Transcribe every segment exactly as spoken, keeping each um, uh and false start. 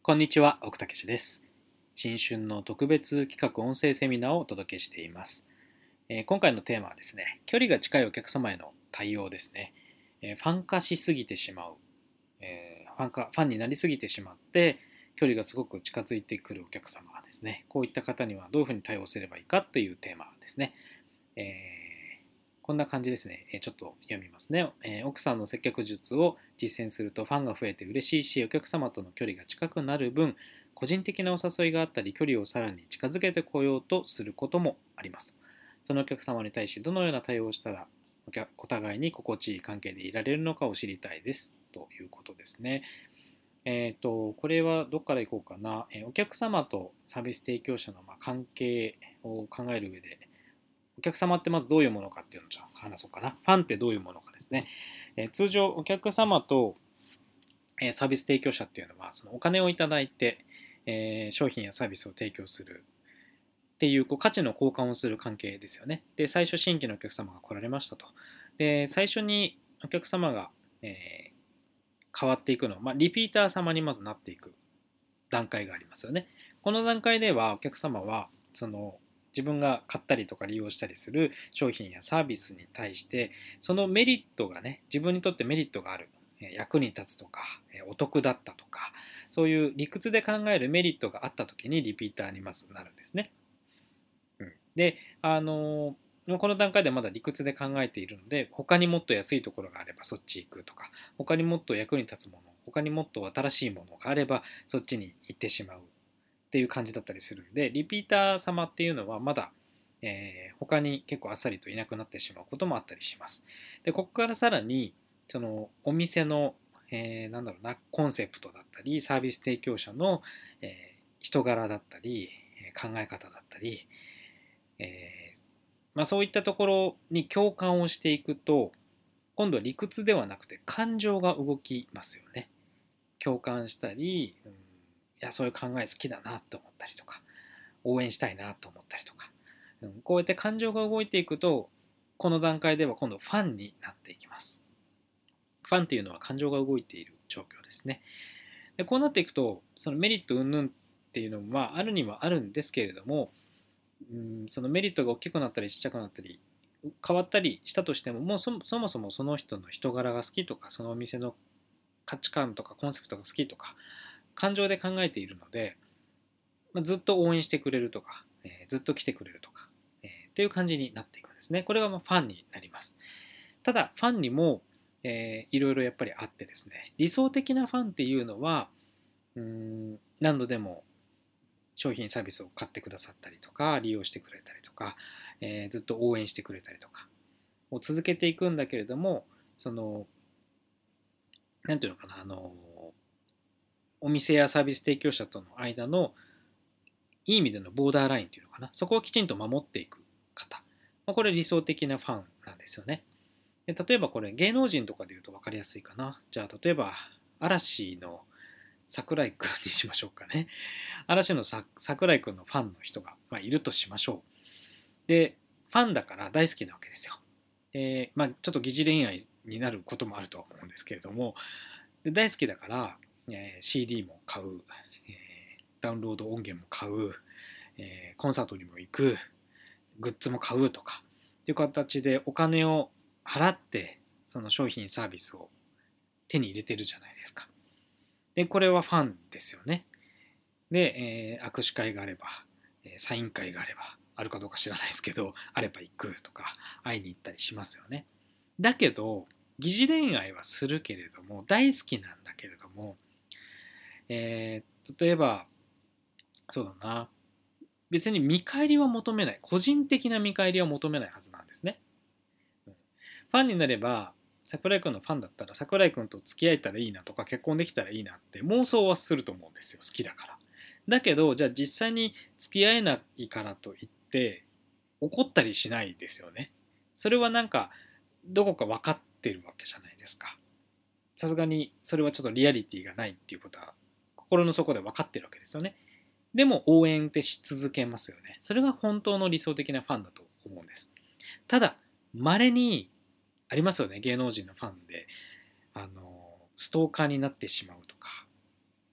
こんにちは、奥武史です。新春の特別企画音声セミナーをお届けしています。えー今回のテーマはですね、距離が近いお客様への対応ですね。えーファン化しすぎてしまう、えーファン化、ファンになりすぎてしまって、距離がすごく近づいてくるお客様がですね、こういった方にはどういうふうに対応すればいいかというテーマですね。えーこんな感じですね。えーちょっと読みますね。えー奥さんの接客術を実践するとファンが増えて嬉しいし、お客様との距離が近くなる分、個人的なお誘いがあったり、距離をさらに近づけてこようとすることもあります。そのお客様に対し、どのような対応をしたら、お客お互いに心地いい関係でいられるのかを知りたいです。ということですね。えっ、と、これはどっからいこうかな。えーお客様とサービス提供者のまあ関係を考える上で、お客様ってまずどういうものかっていうのをちょっと話そうかな。ファンってどういうものかですね。えー通常、お客様と、えーサービス提供者っていうのは、そのお金をいただいて、えー商品やサービスを提供するっていう、こう価値の交換をする関係ですよね。で、最初、新規のお客様が来られましたと。で、最初にお客様が、えー変わっていくのは、まあ、リピーター様にまずなっていく段階がありますよね。この段階ではお客様はその自分が買ったりとか利用したりする商品やサービスに対してそのメリットがね、自分にとってメリットがある、役に立つとかお得だったとか、そういう理屈で考えるメリットがあった時にリピーターにまずなるんですね。うん、で、あのこの段階でまだ理屈で考えているので、他にもっと安いところがあればそっち行くとか、他にもっと役に立つもの、他にもっと新しいものがあればそっちに行ってしまうっていう感じだったりするんで、リピーター様っていうのはまだ、えー他に結構あっさりといなくなってしまうこともあったりします。で、ここからさらにそのお店の、えーなんだろうな、コンセプトだったりサービス提供者の、えー人柄だったり考え方だったり、えーまあ、そういったところに共感をしていくと、今度は理屈ではなくて感情が動きますよね。共感したり、うん、いやそういう考え好きだなと思ったりとか、応援したいなと思ったりとか、うん、こうやって感情が動いていくと、この段階では今度ファンになっていきます。ファンっていうのは感情が動いている状況ですね。でこうなっていくと、そのメリット云々っていうのもまああるにはあるんですけれども、うん、そのメリットが大きくなったりちっちゃくなったり変わったりしたとしても、もうそそもそもその人の人柄が好きとか、そのお店の価値観とかコンセプトが好きとか感情で考えているので、まあ、ずっと応援してくれるとか、えーずっと来てくれるとか、えーっていう感じになっていくんですね。これがまあファンになります。ただファンにも、えーいろいろやっぱりあってですね、理想的なファンっていうのは、うーん何度でも商品サービスを買ってくださったりとか、利用してくれたりとか、えーずっと応援してくれたりとかを続けていくんだけれども、そのなんていうのかな、あのお店やサービス提供者との間のいい意味でのボーダーラインっていうのかな、そこをきちんと守っていく方、まあ、これ理想的なファンなんですよね。で例えばこれ芸能人とかで言うと分かりやすいかな。じゃあ例えば嵐の桜井くんにしましょうかね。嵐のさ桜井くんのファンの人が、まあ、いるとしましょう。でファンだから大好きなわけですよ。でまあちょっと疑似恋愛になることもあるとは思うんですけれども、で大好きだから、えー シーディー も買う、えーダウンロード音源も買う、えーコンサートにも行く、グッズも買うとかっていう形でお金を払ってその商品サービスを手に入れてるじゃないですか。でこれはファンですよね。で、えー握手会があれば、えーサイン会があれば、あるかどうか知らないですけど、あれば行くとか会いに行ったりしますよね。だけど疑似恋愛はするけれども、大好きなんだけれども、えー例えばそうだな、別に見返りは求めない、個人的な見返りは求めないはずなんですね。うんファンになれば、桜井君のファンだったら桜井君と付き合えたらいいなとか結婚できたらいいなって妄想はすると思うんですよ、好きだから。だけどじゃあ実際に付き合えないからといって怒ったりしないですよね。それはなんかどこか分かってるわけじゃないですか。さすがにそれはちょっとリアリティがないっていうことは心の底で分かってるわけですよね。でも応援ってし続けますよね。それが本当の理想的なファンだと思うんです。ただ稀にありますよね、芸能人のファンであのストーカーになってしまうとか、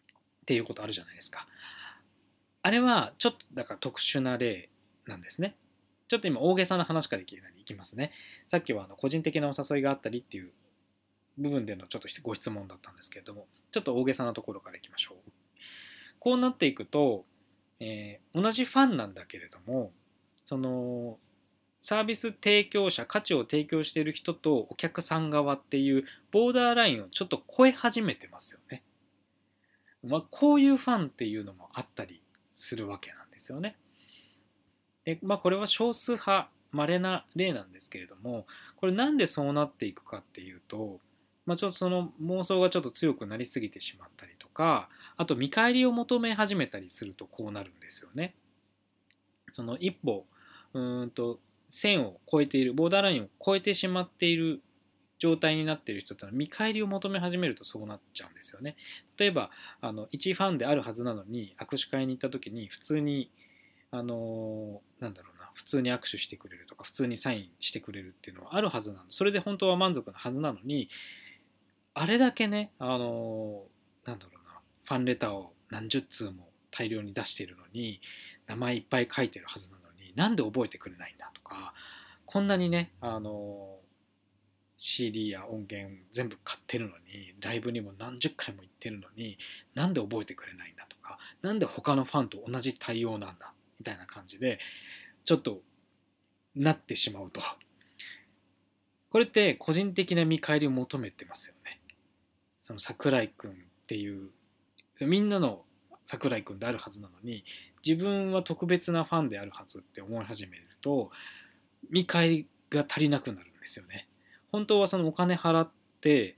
っていうことあるじゃないですか。あれはちょっとだから特殊な例なんですね。ちょっと今大げさな話からいきいきますね。さっきはあの個人的なお誘いがあったりっていう部分でのちょっとご質問だったんですけれども、ちょっと大げさなところからいきましょう。こうなっていくと、えー同じファンなんだけれども、そのサービス提供者、価値を提供している人とお客さん側っていうボーダーラインをちょっと超え始めてますよね。まあ、こういうファンっていうのもあったりするわけなんですよね。で、まあ、これは少数派、稀な例なんですけれども、これなんでそうなっていくかっていうと、まあ、ちょっとその妄想がちょっと強くなりすぎてしまったりとか、あと見返りを求め始めたりするとこうなるんですよね。その一歩うーんと線を越えている、ボーダーラインを越えてしまっている状態になっている人ってのは見返りを求め始めるとそうなっちゃうんですよね。例えばあの一ファンであるはずなのに握手会に行った時に普通にあのなんだろうな普通に握手してくれるとか普通にサインしてくれるっていうのはあるはずなの、それで本当は満足なはずなのに、あれだけねあのなんだろうなファンレターを何十通も大量に出しているのに名前いっぱい書いてるはずなのになんで覚えてくれないんだとか、こんなにねあの シーディー や音源全部買ってるのにライブにも何十回も行ってるのになんで覚えてくれないんだとか、なんで他のファンと同じ対応なんだみたいな感じでちょっとなってしまうと、これって個人的な見返りを求めてますよね。その桜井くんっていうみんなの桜井くんであるはずなのに自分は特別なファンであるはずって思い始めると見返りが足りなくなるんですよね。本当はそのお金払って、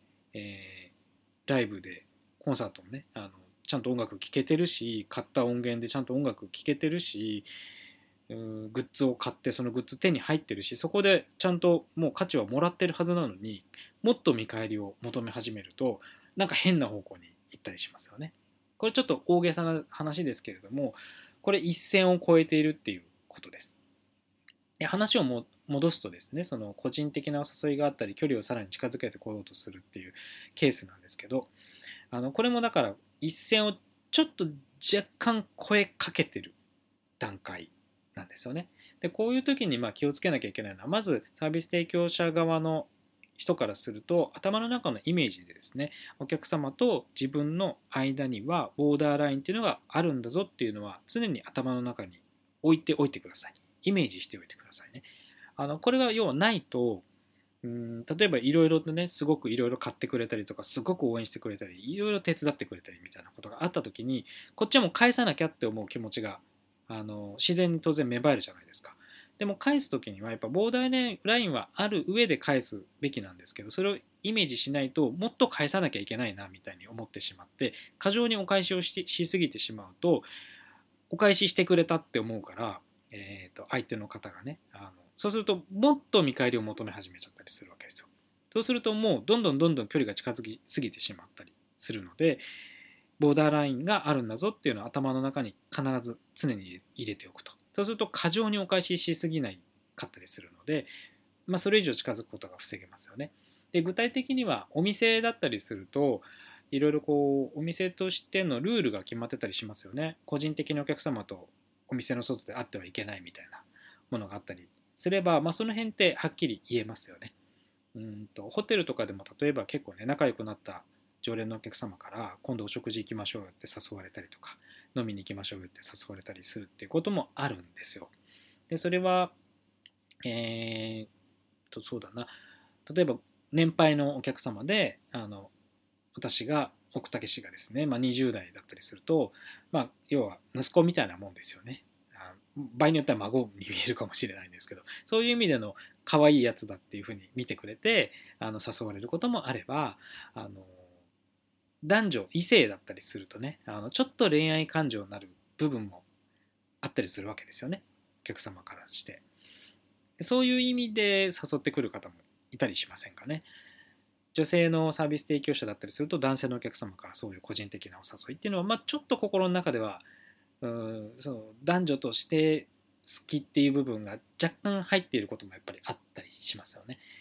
えーライブでコンサートもねあのちゃんと音楽聴けてるし、買った音源でちゃんと音楽聴けてるし、グッズを買ってそのグッズ手に入ってるし、そこでちゃんともう価値はもらってるはずなのにもっと見返りを求め始めるとなんか変な方向に行ったりしますよね。これちょっと大げさな話ですけれども、これ一線を越えているっていうことです。で話をも戻すとですね、その個人的なお誘いがあったり距離をさらに近づけてこようとするっていうケースなんですけど、あのこれもだから一線をちょっと若干超えかけてる段階なんですよね。でこういう時にまあ気をつけなきゃいけないのは、まずサービス提供者側の人からすると頭の中のイメージでですね、お客様と自分の間にはボーダーラインっていうのがあるんだぞっていうのは常に頭の中に置いておいてください。イメージしておいてくださいね。あのこれが要はないと、うん例えばいろいろとねすごくいろいろ買ってくれたりとかすごく応援してくれたりいろいろ手伝ってくれたりみたいなことがあった時にこっちはもう返さなきゃって思う気持ちがあの自然に当然芽生えるじゃないですか。でも返す時にはやっぱボーダーラインはある上で返すべきなんですけど、それをイメージしないともっと返さなきゃいけないなみたいに思ってしまって過剰にお返しをししすぎてしまうと、お返ししてくれたって思うから、えー、と相手の方がねあのそうするともっと見返りを求め始めちゃったりするわけですよ。そうするともうどんどんどんどん距離が近づきすぎてしまったりするので、ボーダーラインがあるんだぞっていうのを頭の中に必ず常に入れておくと。そうすると過剰にお返ししすぎないかったりするので、まあ、それ以上近づくことが防げますよね。で具体的にはお店だったりするといろいろこうお店としてのルールが決まってたりしますよね。個人的にお客様とお店の外で会ってはいけないみたいなものがあったりすれば、まあ、その辺ってはっきり言えますよね。うんとホテルとかでも例えば結構ね仲良くなった常連のお客様から今度お食事行きましょうよって誘われたりとか飲みに行きましょうよって誘われたりするっていうこともあるんですよ。でそれはえー、とそうだな例えば年配のお客様であの私が奥武氏がですね、まあ、にじゅう代だったりすると、まあ、要は息子みたいなもんですよね。あ場合によっては孫に見えるかもしれないんですけど、そういう意味での可愛いやつだっていうふうに見てくれてあの誘われることもあれば、あの男女異性だったりするとねあのちょっと恋愛感情になる部分もあったりするわけですよね、お客様からして。そういう意味で誘ってくる方もいたりしませんかね。女性のサービス提供者だったりすると男性のお客様からそういう個人的なお誘いっていうのは、まあ、ちょっと心の中ではうんその男女として好きっていう部分が若干入っていることもやっぱりあったりしますよね。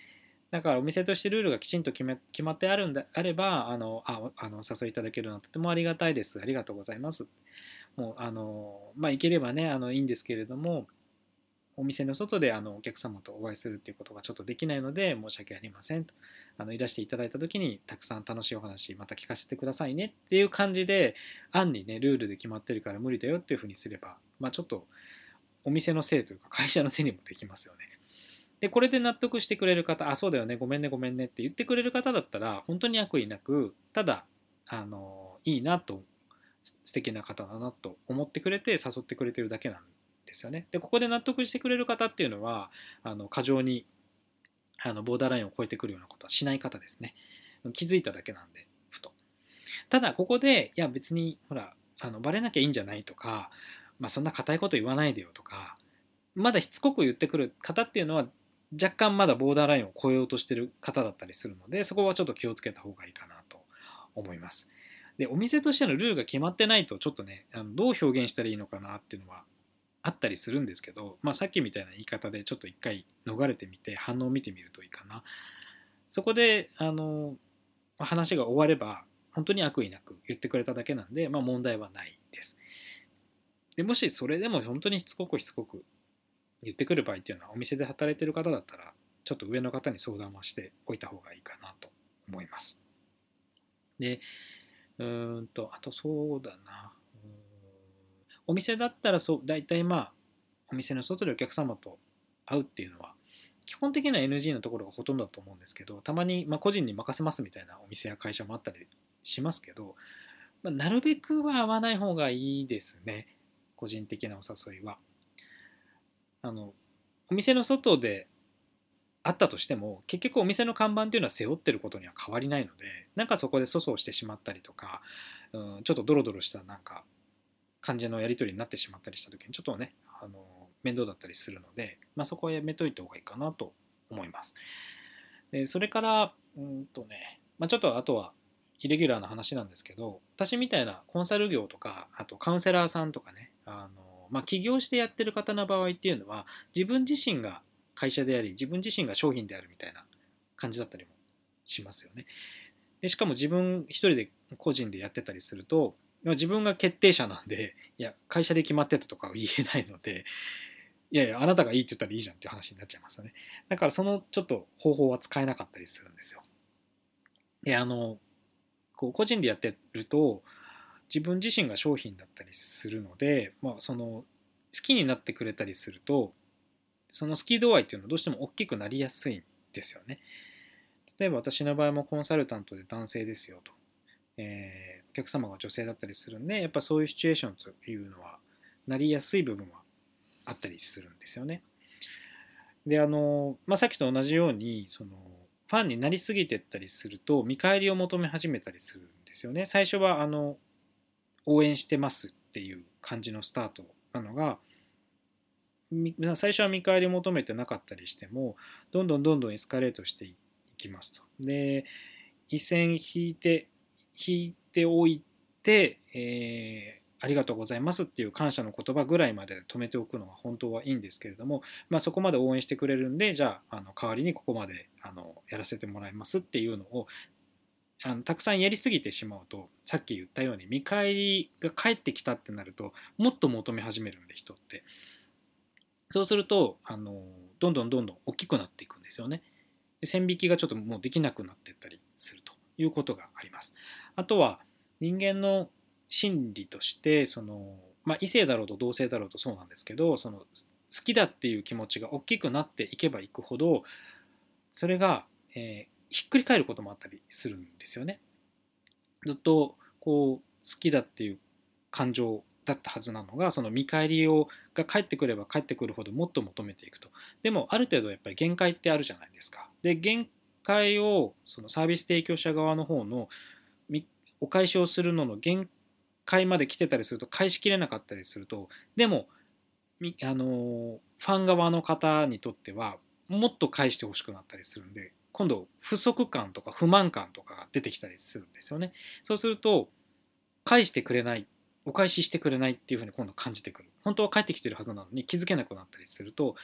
だからお店としてルールがきちんと決め決まってあるんであれば、あのああのお誘いいただけるのはとてもありがたいです、ありがとうございます、もうあのまあ行ければねあのいいんですけれども、お店の外であのお客様とお会いするっていうことがちょっとできないので申し訳ありませんと、あのいらしていただいた時にたくさん楽しいお話また聞かせてくださいねっていう感じで、案にねルールで決まってるから無理だよっていうふうにすれば、まあ、ちょっとお店のせいというか会社のせいにもできますよね。でこれで納得してくれる方、あそうだよねごめんねごめんねって言ってくれる方だったら本当に悪意なく、ただあのいいなと、素敵な方だなと思ってくれて誘ってくれてるだけなんですよね。でここで納得してくれる方っていうのはあの過剰にあのボーダーラインを超えてくるようなことはしない方ですね。気づいただけなんで、ふと。ただここでいや別にほらあのバレなきゃいいんじゃないとか、まあ、そんな固いこと言わないでよとか、まだしつこく言ってくる方っていうのは若干まだボーダーラインを超えようとしてる方だったりするので、そこはちょっと気をつけた方がいいかなと思います。でお店としてのルールが決まってないとちょっとねあのどう表現したらいいのかなっていうのはあったりするんですけど、まあ、さっきみたいな言い方でちょっと一回逃れてみて反応を見てみるといいかな。そこであの話が終われば本当に悪意なく言ってくれただけなんで、まあ、問題はないです。でもしそれでも本当にしつこくしつこく言ってくる場合っていうのは、お店で働いてる方だったらちょっと上の方に相談はしておいた方がいいかなと思います。でうーんとあとそうだな、お店だったらそう大体まあお店の外でお客様と会うっていうのは基本的には エヌジー のところがほとんどだと思うんですけど、たまにまあ個人に任せますみたいなお店や会社もあったりしますけど、まあ、なるべくは会わない方がいいですね、個人的なお誘いは。あのお店の外であったとしても結局お店の看板っていうのは背負ってることには変わりないので、なんかそこで粗相してしまったりとか、うん、ちょっとドロドロしたなんか感じのやり取りになってしまったりした時にちょっとねあの面倒だったりするので、まあ、そこはやめといた方がいいかなと思います。でそれからうんとね、まあ、ちょっとあとはイレギュラーな話なんですけど、私みたいなコンサル業とかあとカウンセラーさんとかね、あの、まあ、起業してやってる方の場合っていうのは自分自身が会社であり自分自身が商品であるみたいな感じだったりもしますよね。でしかも自分一人で個人でやってたりすると自分が決定者なんで、いや会社で決まってたとかは言えないので、いやいやあなたがいいって言ったらいいじゃんっていう話になっちゃいますよね。だからそのちょっと方法は使えなかったりするんですよ。であのこう個人でやってると自分自身が商品だったりするので、まあ、その好きになってくれたりするとその好き度合いっていうのはどうしても大きくなりやすいんですよね。例えば私の場合もコンサルタントで男性ですよと、えーお客様が女性だったりするんで、やっぱそういうシチュエーションというのはなりやすい部分はあったりするんですよね。であの、まあ、さっきと同じようにそのファンになりすぎてったりすると見返りを求め始めたりするんですよね。最初はあの応援してますっていう感じのスタートなのが、最初は見返りを求めてなかったりしてもどんどんどんどんエスカレートしていきますと。で一線引いて引いておいて、えーありがとうございますっていう感謝の言葉ぐらいまで止めておくのが本当はいいんですけれども、まあ、そこまで応援してくれるんでじゃあ、あの代わりにここまであのやらせてもらいますっていうのをあのたくさんやりすぎてしまうと、さっき言ったように見返りが返ってきたってなるともっと求め始めるんで、人ってそうするとあのどんどんどんどん大きくなっていくんですよね。で線引きがちょっともうできなくなっていったりするということがあります。あとは人間の心理としてその、まあ、異性だろうと同性だろうとそうなんですけど、その好きだっていう気持ちが大きくなっていけばいくほどそれが、えーひっくり返ることもあったりするんですよね。ずっとこう好きだっていう感情だったはずなのが、その見返りをが返ってくれば返ってくるほどもっと求めていくと。でもある程度やっぱり限界ってあるじゃないですか。で限界をそのサービス提供者側の方のお返しをするのの限界まで来てたりすると返しきれなかったりすると、でもあのファン側の方にとってはもっと返してほしくなったりするんで、今度不足感とか不満感とかが出てきたりするんですよね。そうすると返してくれない、お返ししてくれないっていうふうに今度感じてくる。本当は返ってきてるはずなのに気づけなくなったりすると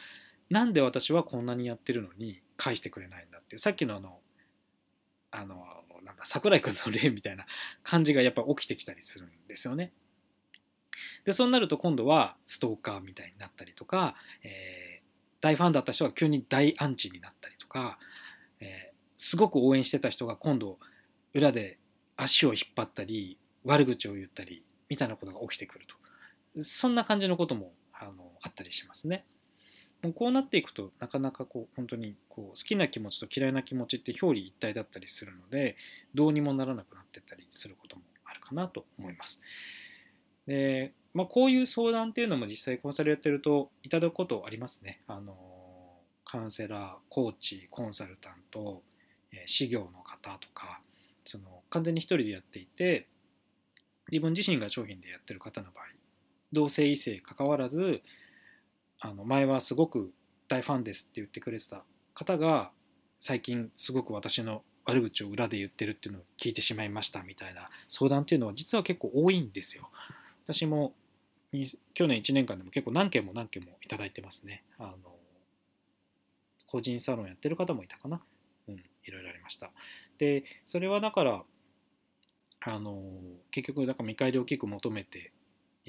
なんで私はこんなにやってるのに返してくれないんだっていう、さっきのあのあのなんだ桜井君の例みたいな感じがやっぱ起きてきたりするんですよね。でそうなると今度はストーカーみたいになったりとか、えー大ファンだった人が急に大アンチになったりとか、えーすごく応援してた人が今度裏で足を引っ張ったり悪口を言ったりみたいなことが起きてくると、そんな感じのこともあのあったりしますね。もうこうなっていくとなかなかこう本当にこう好きな気持ちと嫌いな気持ちって表裏一体だったりするので、どうにもならなくなっていったりすることもあるかなと思います。で、まあ、こういう相談っていうのも実際コンサルやってるといただくことありますね。あのカウンセラー、コーチ、コンサルタント、えー、事業の方とか、その完全に一人でやっていて自分自身が商品でやってる方の場合、同性異性関わらず、あの前はすごく大ファンですって言ってくれてた方が最近すごく私の悪口を裏で言ってるっていうのを聞いてしまいましたみたいな相談っていうのは実は結構多いんですよ。私も去年いちねんかんでも結構何件も何件もいただいてますね。あの個人サロンやってる方もいたかな。うん、いろいろありました。で、それはだから、あの結局、だから見返りを大きく求めていって、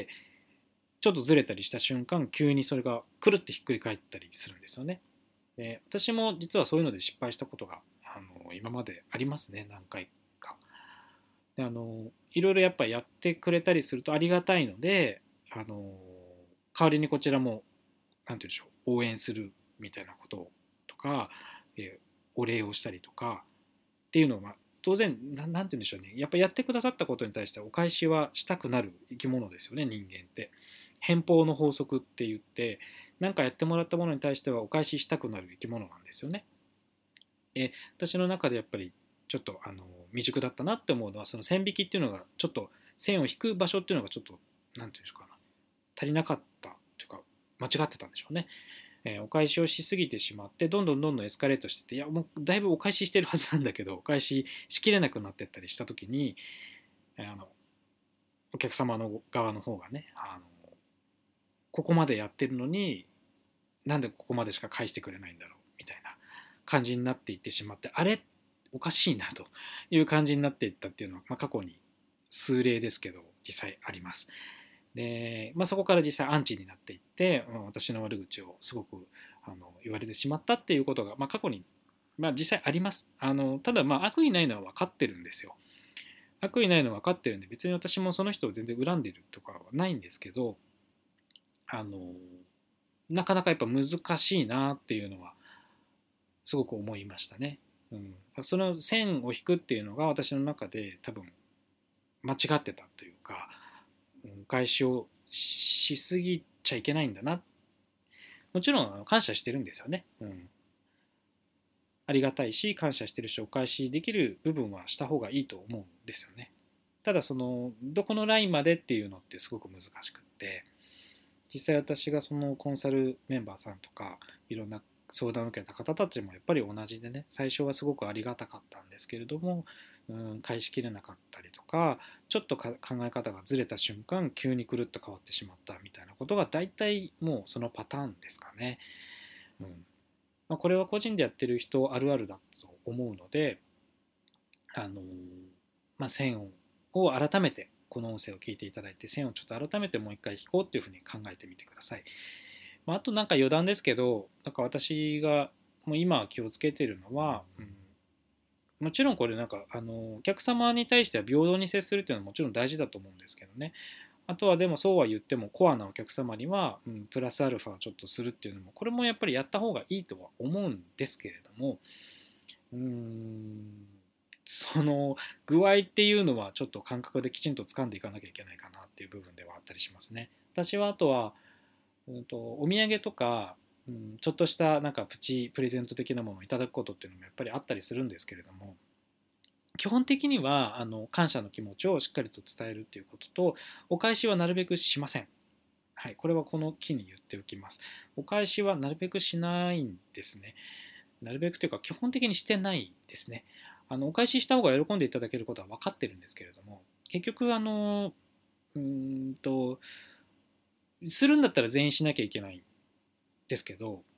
ちょっとずれたりした瞬間、急にそれがくるってひっくり返ったりするんですよね。で、私も実はそういうので失敗したことが、あの今までありますね、何回か。で、あのいろいろやっぱりやってくれたりするとありがたいので、あの代わりにこちらもなんて言うんでしょう、応援するみたいなこととか、えーお礼をしたりとかっていうのは当然な、なんて言うんでしょうね、やっぱやってくださったことに対してお返しはしたくなる生き物ですよね、人間って。返報の法則って言って、何かやってもらったものに対してはお返ししたくなる生き物なんですよね。で、私の中でやっぱりちょっとあの未熟だったなって思うのは、その線引きっていうのがちょっと線を引く場所っていうのがちょっとなんていうんでしょうかな、足りなかったというか間違ってたんでしょうね。えーお返しをしすぎてしまってどんどんどんどんエスカレートしてて、いやもうだいぶお返ししてるはずなんだけどお返ししきれなくなってったりした時に、えーあのお客様の側の方がね、あのここまでやってるのになんでここまでしか返してくれないんだろうみたいな感じになっていってしまって、あれおかしいなという感じになっていったっていうのは、まあ、過去に数例ですけど実際あります。で、まあ、そこから実際アンチになっていって、うん、私の悪口をすごくあの言われてしまったっていうことが、まあ、過去に、まあ、実際あります。あのただまあ悪意ないのは分かってるんですよ。悪意ないのは分かってるんで別に私もその人を全然恨んでるとかはないんですけど、あのなかなかやっぱ難しいなっていうのはすごく思いましたね。うん、その線を引くっていうのが私の中で多分間違ってたというか、お返しをしすぎちゃいけないんだな。もちろん感謝してるんですよね。うん、ありがたいし感謝してるしお返しできる部分はした方がいいと思うんですよね。ただそのどこのラインまでっていうのってすごく難しくって、実際私がそのコンサルメンバーさんとかいろんな相談を受けた方たちもやっぱり同じでね、最初はすごくありがたかったんですけれども、うん、返しきれなかったりとか、ちょっと考え方がずれた瞬間急にくるっと変わってしまったみたいなことが大体もうそのパターンですかね。うんまあ、これは個人でやってる人あるあるだと思うので、あのまあ、線をを改めてこの音声を聞いていただいて線をちょっと改めてもう一回引こうっていうふうに考えてみてください。まあ、あとなんか余談ですけど、なんか私がもう今気をつけてるのは、うん、もちろんこれなんかあのお客様に対しては平等に接するっていうのはもちろん大事だと思うんですけどね。あとはでもそうは言ってもコアなお客様には、うん、プラスアルファちょっとするっていうのもこれもやっぱりやった方がいいとは思うんですけれども、うーんその具合っていうのはちょっと感覚できちんと掴んでいかなきゃいけないかなっていう部分ではあったりしますね。私はあとはうんと、お土産とか、うん、ちょっとしたなんかプチプレゼント的なものをいただくことっていうのもやっぱりあったりするんですけれども、基本的にはあの感謝の気持ちをしっかりと伝えるっていうことと、お返しはなるべくしません。はい、これはこの機に言っておきます。お返しはなるべくしないんですね。なるべくというか基本的にしてないですね。あのお返しした方が喜んでいただけることは分かってるんですけれども、結局あのうーんとするんだったら全員しなきゃいけないんですけど、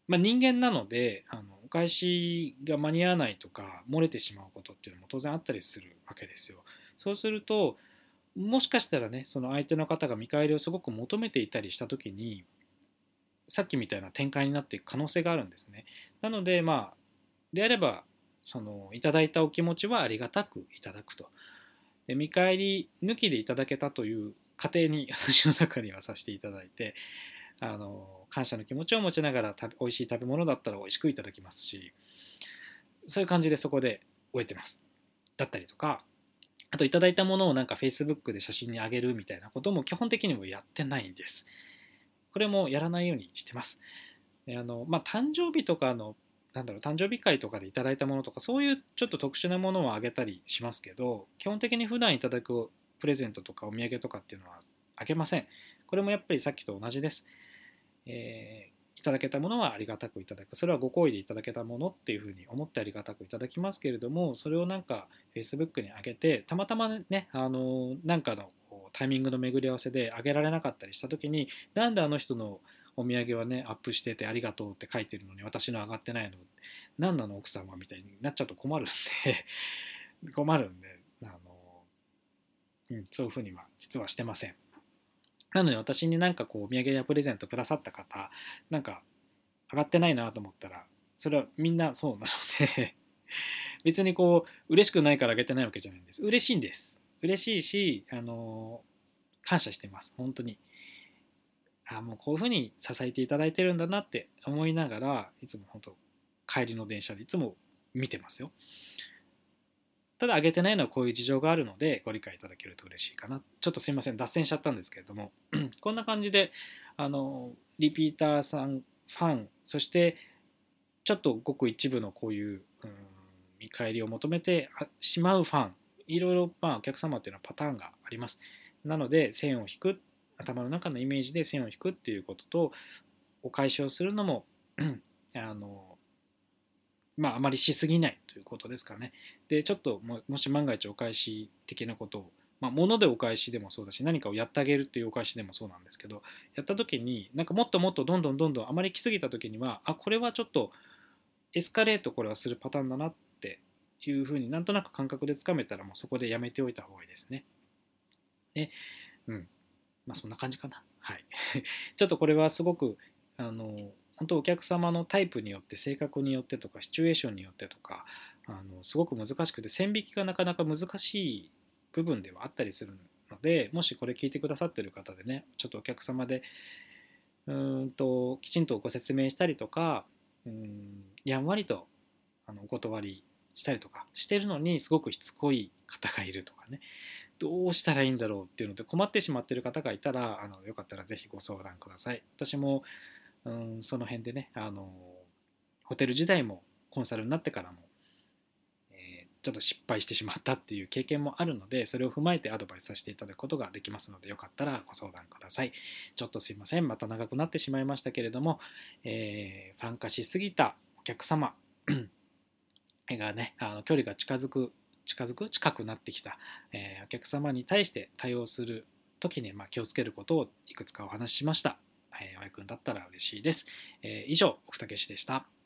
まあ、人間なのであのお返しが間に合わないとか漏れてしまうことっていうのも当然あったりするわけですよ。そうするともしかしたらねその相手の方が見返りをすごく求めていたりした時にさっきみたいな展開になっていく可能性があるんですね。なのでまあであればそのいただいたお気持ちはありがたくいただくと。で見返り抜きでいただけたという過程に私の中にはさせていただいてあの感謝の気持ちを持ちながら食べ美味しい食べ物だったら美味しくいただきますしそういう感じでそこで終えてます。だったりとかあといただいたものをなんか Facebook で写真に上げるみたいなことも基本的にもやってないんです。これもやらないようにしてます。であのまあ、誕生日とかのなんだろう誕生日会とかでいただいたものとかそういうちょっと特殊なものをあげたりしますけど基本的に普段いただくプレゼントとかお土産とかっていうのはあげません。これもやっぱりさっきと同じです。えーいただけたものはありがたくいただくそれはご好意でいただけたものっていうふうに思ってありがたくいただきますけれどもそれをなんか Facebook に上げてたまたまねあのなんかのタイミングの巡り合わせで上げられなかったりした時になんであの人のお土産はねアップしててありがとうって書いてるのに私の上がってないの何なの奥様みたいになっちゃうと困るんで困るんであの、うん、そういうふうには実はしてません。なので私になんかこうお土産やプレゼントくださった方なんか上がってないなと思ったらそれはみんなそうなので別にこう嬉しくないから上げてないわけじゃないんです。嬉しいんです。嬉しいしあの感謝してます本当に。あもうこういうふうに支えていただいてるんだなって思いながらいつも本当帰りの電車でいつも見てますよ。ただ上げてないのはこういう事情があるのでご理解いただけると嬉しいかな。ちょっとすいません脱線しちゃったんですけれどもこんな感じであのリピーターさんファンそしてちょっとごく一部のこういう、うん、見返りを求めてしまうファンいろいろ、まあ、お客様っていうのはパターンがあります。なので線を引く頭の中のイメージで線を引くっていうこととお返しをするのもあのまあ、あまりしすぎないということですかね。で、ちょっとももし万が一お返し的なことを、まあ、物でお返しでもそうだし、何かをやってあげるっていうお返しでもそうなんですけど、やった時に、なんかもっともっとどんどんどんどんあまり来すぎた時には、あ、これはちょっとエスカレートこれはするパターンだなっていうふうになんとなく感覚でつかめたら、もうそこでやめておいた方がいいですね。で、うん。まあそんな感じかな。はい。ちょっとこれはすごく、あの、本当お客様のタイプによって性格によってとかシチュエーションによってとかあのすごく難しくて線引きがなかなか難しい部分ではあったりするのでもしこれ聞いてくださってる方でねちょっとお客様でうーんときちんとご説明したりとかうーんやんわりとあのお断りしたりとかしてるのにすごくしつこい方がいるとかねどうしたらいいんだろうっていうので困ってしまっている方がいたらあのよかったらぜひご相談ください。私もうん、その辺でね、あのホテル時代もコンサルになってからも、えーちょっと失敗してしまったっていう経験もあるので、それを踏まえてアドバイスさせていただくことができますので、よかったらご相談ください。ちょっとすいません、また長くなってしまいましたけれども、えーファン化しすぎたお客様がね、あの距離が近づく、近づく近くなってきた、えーお客様に対して対応する時に、まあ、気をつけることをいくつかお話ししました。えー、お役に立ったら嬉しいです。えー以上、奥武史でした。